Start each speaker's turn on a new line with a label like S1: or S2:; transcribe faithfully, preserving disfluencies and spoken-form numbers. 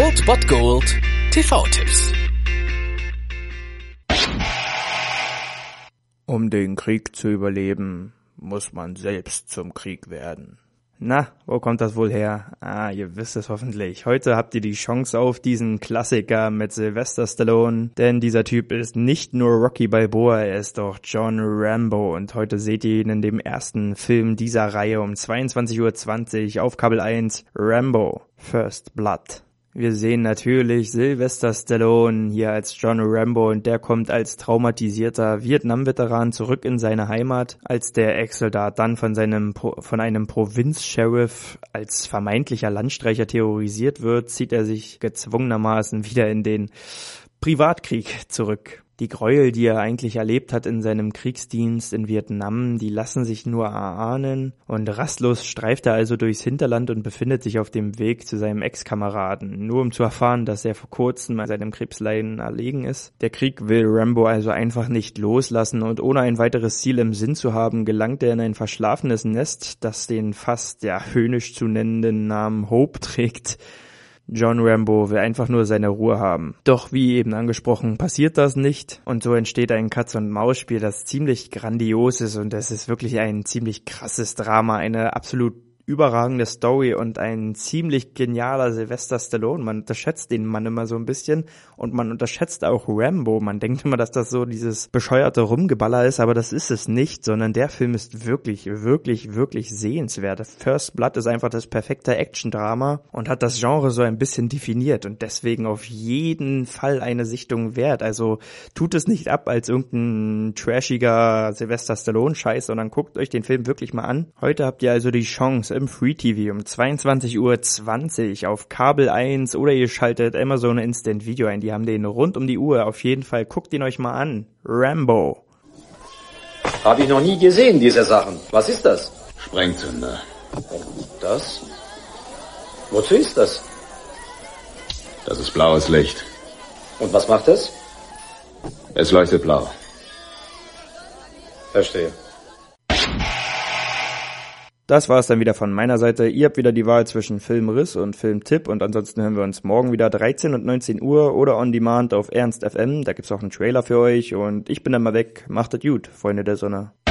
S1: Old Bot Gold T V-Tipps.
S2: Um den Krieg zu überleben, muss man selbst zum Krieg werden. Na, wo kommt das wohl her? Ah, ihr wisst es hoffentlich. Heute habt ihr die Chance auf diesen Klassiker mit Sylvester Stallone, denn dieser Typ ist nicht nur Rocky Balboa, er ist auch John Rambo und heute seht ihr ihn in dem ersten Film dieser Reihe um zweiundzwanzig Uhr zwanzig auf Kabel eins, Rambo, First Blood. Wir sehen natürlich Sylvester Stallone hier als John Rambo und der kommt als traumatisierter Vietnam-Veteran zurück in seine Heimat, als der Ex-Soldat dann von seinem von einem Provinz-Sheriff als vermeintlicher Landstreicher terrorisiert wird, zieht er sich gezwungenermaßen wieder in den Privatkrieg zurück. Die Gräuel, die er eigentlich erlebt hat in seinem Kriegsdienst in Vietnam, die lassen sich nur erahnen und rastlos streift er also durchs Hinterland und befindet sich auf dem Weg zu seinem Ex-Kameraden, nur um zu erfahren, dass er vor kurzem an seinem Krebsleiden erlegen ist. Der Krieg will Rambo also einfach nicht loslassen und ohne ein weiteres Ziel im Sinn zu haben, gelangt er in ein verschlafenes Nest, das den fast ja höhnisch zu nennenden Namen Hope trägt. John Rambo will einfach nur seine Ruhe haben. Doch wie eben angesprochen, passiert das nicht und so entsteht ein Katz-und-Maus-Spiel, das ziemlich grandios ist und es ist wirklich ein ziemlich krasses Drama, eine absolut überragende Story und ein ziemlich genialer Sylvester Stallone. Man unterschätzt den Mann immer so ein bisschen und man unterschätzt auch Rambo. Man denkt immer, dass das so dieses bescheuerte Rumgeballer ist, aber das ist es nicht, sondern der Film ist wirklich, wirklich, wirklich sehenswert. First Blood ist einfach das perfekte Action-Drama und hat das Genre so ein bisschen definiert und deswegen auf jeden Fall eine Sichtung wert. Also tut es nicht ab als irgendein trashiger Sylvester Stallone-Scheiß, sondern guckt euch den Film wirklich mal an. Heute habt ihr also die Chance, im Free T V um zweiundzwanzig Uhr zwanzig auf Kabel eins oder ihr schaltet Amazon Instant Video ein. Die haben den rund um die Uhr. Auf jeden Fall guckt ihn euch mal an. Rambo.
S3: Habe ich noch nie gesehen, diese Sachen. Was ist das?
S4: Sprengzünder.
S3: Das? Wozu ist das?
S4: Das ist blaues Licht.
S3: Und was macht es?
S4: Es leuchtet blau.
S3: Verstehe.
S2: Das war es dann wieder von meiner Seite. Ihr habt wieder die Wahl zwischen Filmriss und Filmtipp und ansonsten hören wir uns morgen wieder dreizehn und neunzehn Uhr oder on demand auf Ernst F M. Da gibt's auch einen Trailer für euch und ich bin dann mal weg. Macht es gut, Freunde der Sonne.